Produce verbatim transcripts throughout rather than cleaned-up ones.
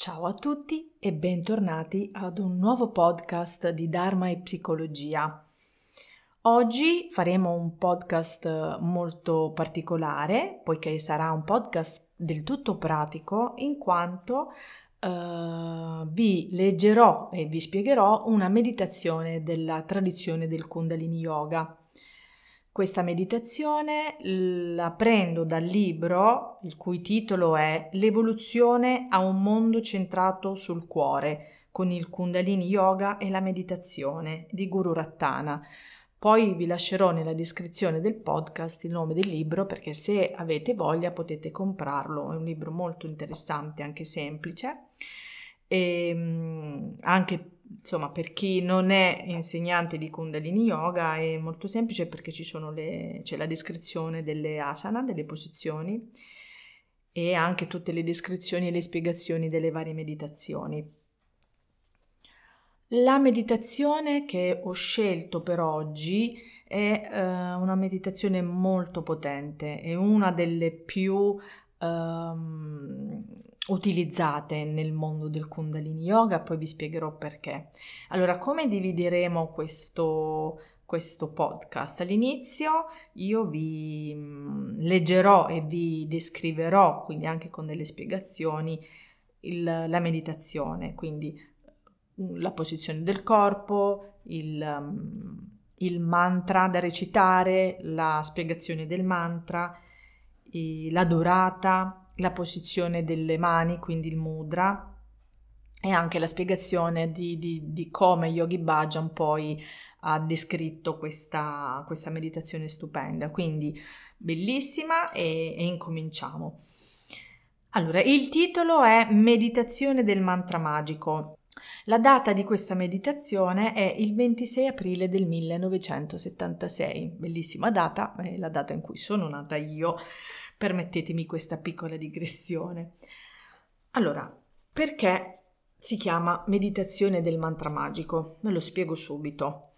Ciao a tutti e bentornati ad un nuovo podcast di Dharma e Psicologia. Oggi faremo un podcast molto particolare, poiché sarà un podcast del tutto pratico, in quanto uh, vi leggerò e vi spiegherò una meditazione della tradizione del Kundalini Yoga. Questa meditazione la prendo dal libro, il cui titolo è L'evoluzione a un mondo centrato sul cuore, con il Kundalini Yoga e la meditazione di Guru Rattana. Poi vi lascerò nella descrizione del podcast il nome del libro, perché se avete voglia potete comprarlo. È un libro molto interessante, anche semplice. E anche insomma, per chi non è insegnante di Kundalini Yoga è molto semplice, perché ci sono le, c'è la descrizione delle asana, delle posizioni, e anche tutte le descrizioni e le spiegazioni delle varie meditazioni. La meditazione che ho scelto per oggi è uh, una meditazione molto potente, è una delle più um, utilizzate nel mondo del Kundalini Yoga, poi vi spiegherò perché. Allora, come divideremo questo, questo podcast? All'inizio io vi mh, leggerò e vi descriverò, quindi anche con delle spiegazioni, il, la meditazione, quindi la posizione del corpo, il, um, il mantra da recitare, la spiegazione del mantra, i, la durata, la posizione delle mani, quindi il mudra, e anche la spiegazione di, di, di come Yogi Bhajan poi ha descritto questa, questa meditazione stupenda. Quindi bellissima, e, e incominciamo. Allora, il titolo è Meditazione del mantra magico. La data di questa meditazione è il ventisei aprile del millenovecentosettantasei, bellissima data, è la data in cui sono nata io, permettetemi questa piccola digressione. Allora, perché si chiama meditazione del mantra magico? Ve lo spiego subito.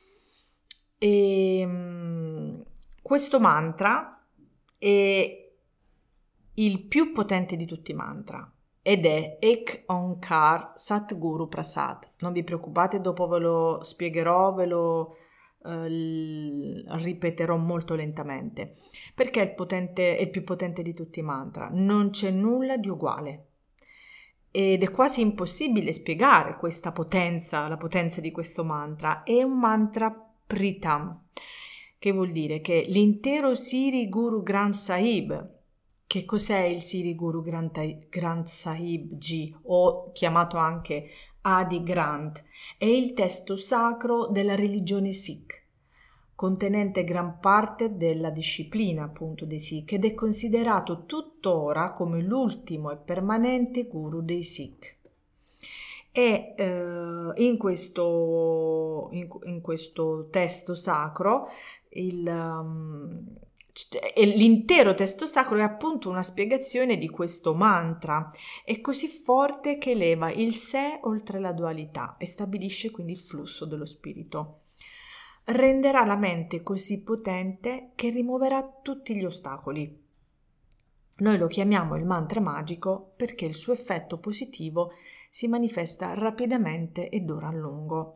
E, um, questo mantra è il più potente di tutti i mantra, ed è Ek Onkar Sat Guru Prasad. Non vi preoccupate, dopo ve lo spiegherò, ve lo eh, l- ripeterò molto lentamente, perché è il, potente, è il più potente di tutti i mantra. Non c'è nulla di uguale ed è quasi impossibile spiegare questa potenza, la potenza di questo mantra. È un mantra Pritam, che vuol dire che l'intero Siri Guru Granth Sahib. Che cos'è il Siri Guru Granth, Granth Sahib Ji, o chiamato anche Adi Granth? È il testo sacro della religione Sikh, contenente gran parte della disciplina appunto dei Sikh, ed è considerato tuttora come l'ultimo e permanente guru dei Sikh. E eh, in, questo, in, in questo testo sacro il... Um, e l'intero testo sacro è appunto una spiegazione di questo mantra. È così forte che eleva il sé oltre la dualità e stabilisce quindi il flusso dello spirito. Renderà la mente così potente che rimuoverà tutti gli ostacoli. Noi lo chiamiamo il mantra magico perché il suo effetto positivo si manifesta rapidamente e dura a lungo.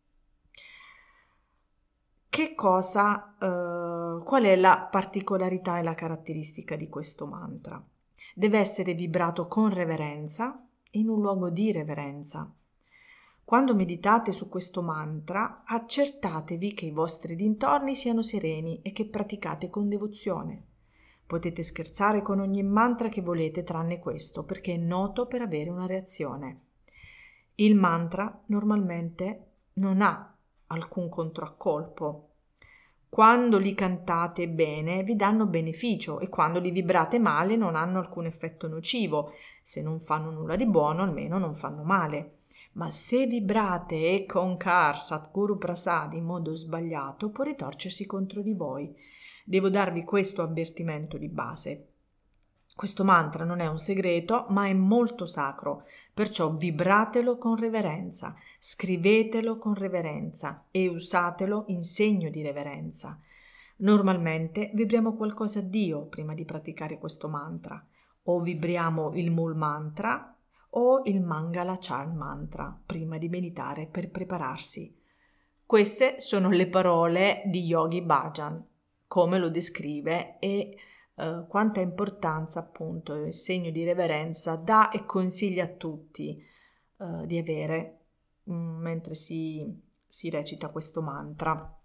Che cosa, eh, qual è la particolarità e la caratteristica di questo mantra? Deve essere vibrato con reverenza, in un luogo di reverenza. Quando meditate su questo mantra, accertatevi che i vostri dintorni siano sereni e che praticate con devozione. Potete scherzare con ogni mantra che volete tranne questo, perché è noto per avere una reazione. Il mantra normalmente non ha alcun controaccolpo. Quando li cantate bene vi danno beneficio, e quando li vibrate male non hanno alcun effetto nocivo. Se non fanno nulla di buono, almeno non fanno male. Ma se vibrate Ek Onkar Sat Guru Prasad in modo sbagliato, può ritorcersi contro di voi. Devo darvi questo avvertimento di base. Questo mantra non è un segreto, ma è molto sacro, perciò vibratelo con reverenza, scrivetelo con reverenza e usatelo in segno di reverenza. Normalmente vibriamo qualcosa a Dio prima di praticare questo mantra. O vibriamo il Mool Mantra, o il Mangalacharna mantra prima di meditare per prepararsi. Queste sono le parole di Yogi Bhajan, come lo descrive e eh, quanta importanza appunto il segno di reverenza dà e consiglia a tutti eh, di avere mh, mentre si, si recita questo mantra.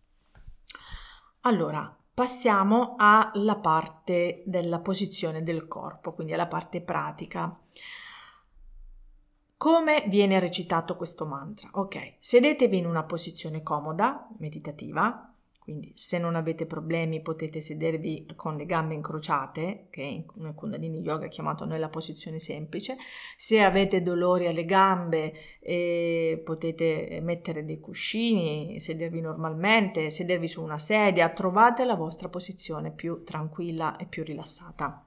Allora, passiamo alla parte della posizione del corpo, quindi alla parte pratica. Come viene recitato questo mantra? Ok, sedetevi in una posizione comoda, meditativa, quindi se non avete problemi potete sedervi con le gambe incrociate, che nel Kundalini Yoga è chiamato nella posizione semplice. Se avete dolori alle gambe eh, potete mettere dei cuscini, sedervi normalmente, sedervi su una sedia, trovate la vostra posizione più tranquilla e più rilassata.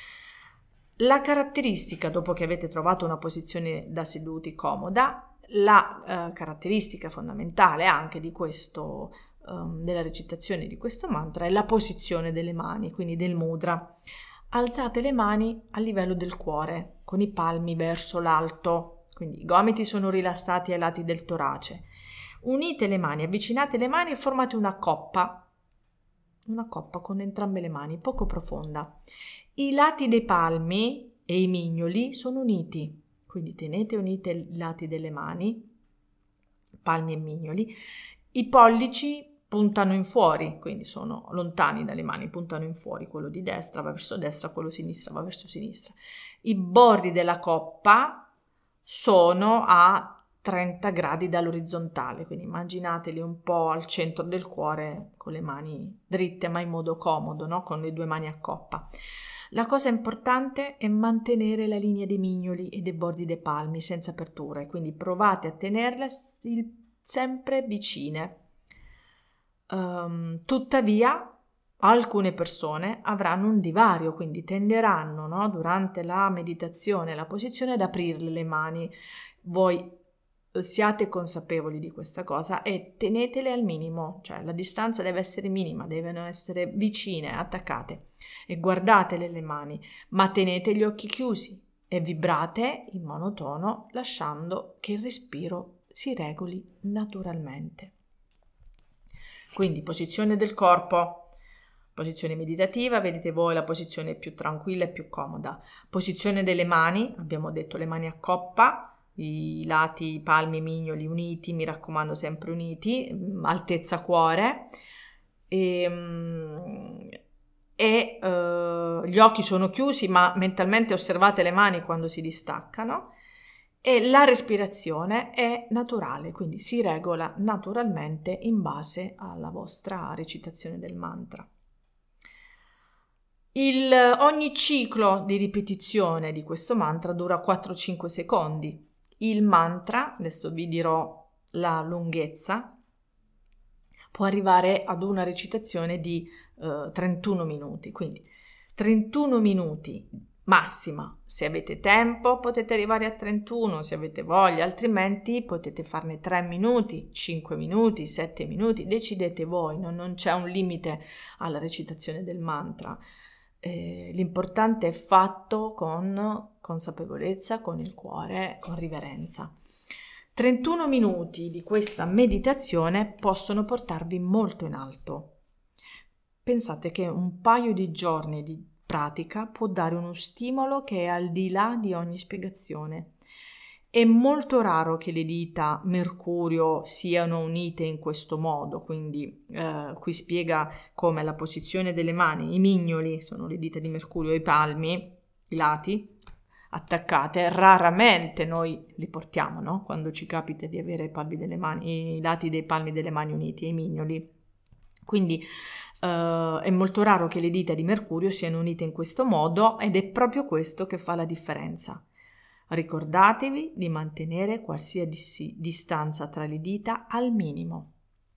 La caratteristica, dopo che avete trovato una posizione da seduti comoda, la eh, caratteristica fondamentale anche di questo, um, della recitazione di questo mantra è la posizione delle mani, quindi del mudra. Alzate le mani a livello del cuore, con i palmi verso l'alto, quindi i gomiti sono rilassati ai lati del torace. Unite le mani, avvicinate le mani e formate una coppa, una coppa con entrambe le mani, poco profonda. I lati dei palmi e i mignoli sono uniti, quindi tenete unite i lati delle mani, palmi e mignoli. I pollici puntano in fuori, quindi sono lontani dalle mani, puntano in fuori, quello di destra va verso destra, quello di sinistra va verso sinistra. I bordi della coppa sono a trenta gradi dall'orizzontale, quindi immaginateli un po' al centro del cuore con le mani dritte ma in modo comodo, no? Con le due mani a coppa. La cosa importante è mantenere la linea dei mignoli e dei bordi dei palmi senza aperture, quindi provate a tenerle sempre vicine. Um, tuttavia, alcune persone avranno un divario, quindi tenderanno, no, durante la meditazione, la posizione, ad aprirle le mani. Voi siate consapevoli di questa cosa e tenetele al minimo, cioè la distanza deve essere minima, devono essere vicine, attaccate, e guardatele le mani, ma tenete gli occhi chiusi e vibrate in monotono, lasciando che il respiro si regoli naturalmente. Quindi posizione del corpo, posizione meditativa, vedete voi la posizione più tranquilla e più comoda. Posizione delle mani, abbiamo detto le mani a coppa, i lati palmi mignoli uniti, mi raccomando sempre uniti, altezza cuore, e, e uh, gli occhi sono chiusi ma mentalmente osservate le mani quando si distaccano. E la respirazione è naturale, quindi si regola naturalmente in base alla vostra recitazione del mantra. Il, ogni ciclo di ripetizione di questo mantra dura quattro cinque secondi. Il mantra, adesso vi dirò la lunghezza, può arrivare ad una recitazione di eh, trentuno minuti, quindi trentuno minuti massima. Se avete tempo potete arrivare a trentuno, se avete voglia, altrimenti potete farne tre minuti, cinque minuti, sette minuti, decidete voi, non, non c'è un limite alla recitazione del mantra. Eh, l'importante è fatto con consapevolezza, con il cuore, con riverenza. trentuno minuti di questa meditazione possono portarvi molto in alto. Pensate che un paio di giorni di pratica può dare uno stimolo che è al di là di ogni spiegazione. È molto raro che le dita Mercurio siano unite in questo modo, quindi eh, qui spiega come la posizione delle mani, i mignoli sono le dita di Mercurio, i palmi, i lati attaccate, raramente noi li portiamo, no? Quando ci capita di avere i palmi delle mani, i lati dei palmi delle mani uniti, i mignoli. Quindi Uh, è molto raro che le dita di Mercurio siano unite in questo modo ed è proprio questo che fa la differenza. Ricordatevi di mantenere qualsiasi distanza tra le dita al minimo.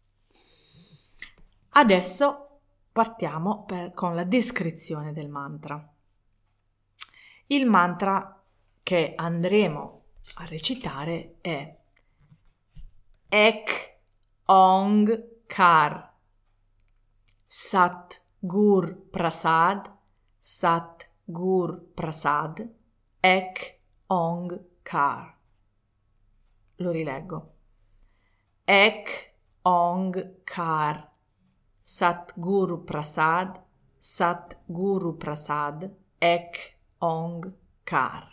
Adesso partiamo per, con la descrizione del mantra. Il mantra che andremo a recitare è Ek Onkar Sat Gur Prasad, Sat Gur Prasad, Ek Onkar. Lo rileggo. Ek Onkar. Satguru Prasad, Satguru Prasad, Ek Onkar.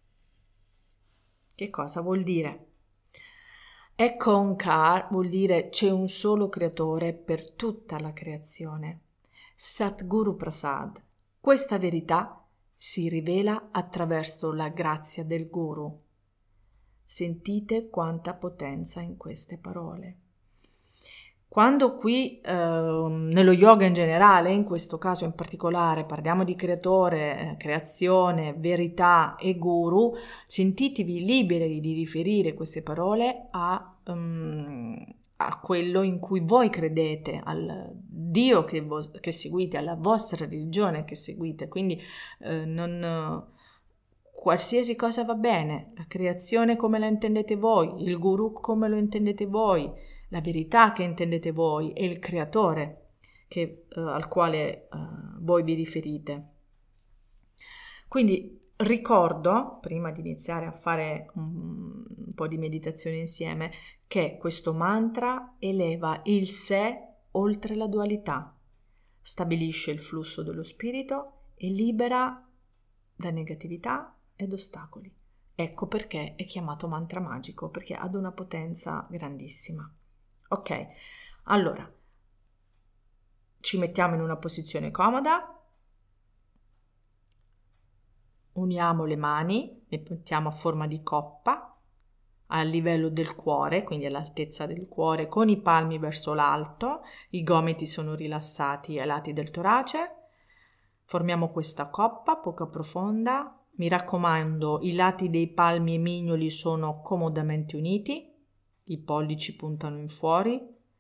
Che cosa vuol dire? Ek Onkar vuol dire c'è un solo creatore per tutta la creazione. Satguru Prasad. Questa verità si rivela attraverso la grazia del Guru. Sentite quanta potenza in queste parole. Quando qui, eh, nello yoga in generale, in questo caso in particolare, parliamo di creatore, eh, creazione, verità e guru, sentitevi liberi di riferire queste parole a, um, a quello in cui voi credete, al Dio che, vo- che seguite, alla vostra religione che seguite. Quindi eh, non... Qualsiasi cosa va bene, la creazione come la intendete voi, il guru come lo intendete voi, la verità che intendete voi e il creatore che, uh, al quale uh, voi vi riferite. Quindi ricordo, prima di iniziare a fare un, un po' di meditazione insieme, che questo mantra eleva il sé oltre la dualità, stabilisce il flusso dello spirito e libera da negatività ed ostacoli. Ecco perché è chiamato mantra magico, perché ha una potenza grandissima. Ok, allora ci mettiamo in una posizione comoda, uniamo le mani, le mettiamo a forma di coppa a livello del cuore, quindi all'altezza del cuore, con i palmi verso l'alto, i gomiti sono rilassati ai lati del torace. Formiamo questa coppa poco profonda. Mi raccomando, i lati dei palmi e mignoli sono comodamente uniti, i pollici puntano in fuori.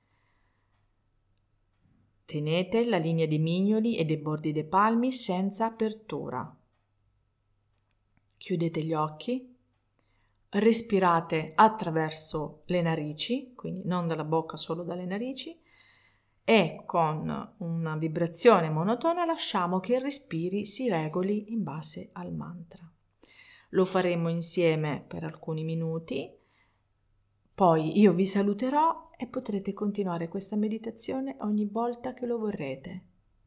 Tenete la linea dei mignoli e dei bordi dei palmi senza apertura. Chiudete gli occhi, respirate attraverso le narici, quindi non dalla bocca, solo dalle narici, e con una vibrazione monotona lasciamo che il respiro si regoli in base al mantra. Lo faremo insieme per alcuni minuti, poi io vi saluterò e potrete continuare questa meditazione ogni volta che lo vorrete.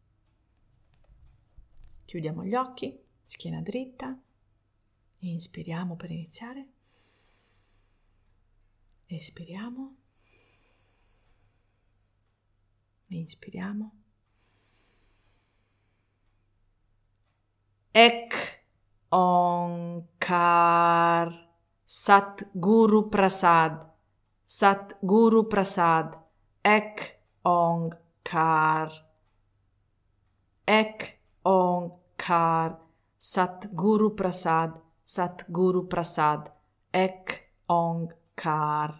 Chiudiamo gli occhi, schiena dritta, inspiriamo per iniziare, espiriamo, inspiriamo. Ek Onkar Satguru Prasad, Satguru Prasad, Ek Onkar, Ek Onkar Satguru Prasad, Satguru Prasad, Ek Onkar,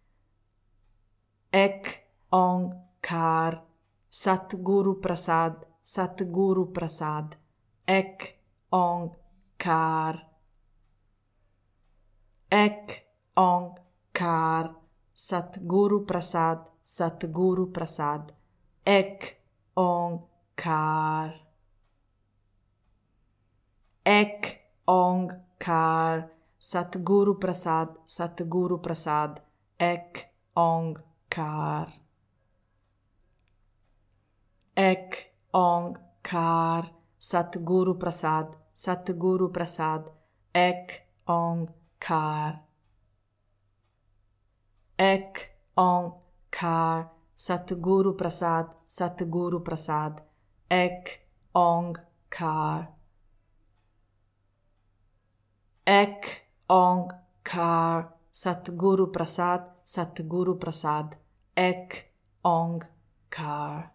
Ek Onkar Satguru Prasad, Satguru Prasad, Ek Onkar, Ek Onkar Satguru Prasad, Satguru Prasad, Ek Onkar, Ek Onkar Satguru Prasad, Satguru Prasad, Ek Onkar, Ek Onkar Satguru Prasad, Satguru Prasad, Ek Onkar, Ek Onkar Satguru Prasad, Satguru Prasad, Ek Onkar, Ek Onkar Satguru Prasad, Satguru Prasad, Ek Onkar.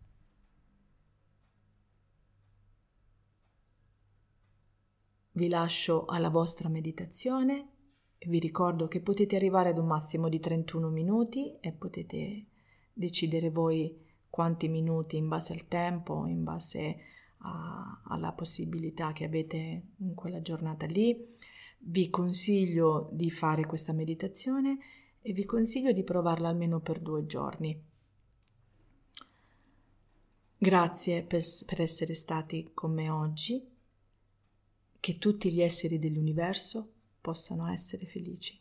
Vi lascio alla vostra meditazione e vi ricordo che potete arrivare ad un massimo di trentuno minuti e potete decidere voi quanti minuti in base al tempo, in base a, alla possibilità che avete in quella giornata lì. Vi consiglio di fare questa meditazione e vi consiglio di provarla almeno per due giorni. Grazie per, per essere stati con me oggi. Che tutti gli esseri dell'universo possano essere felici.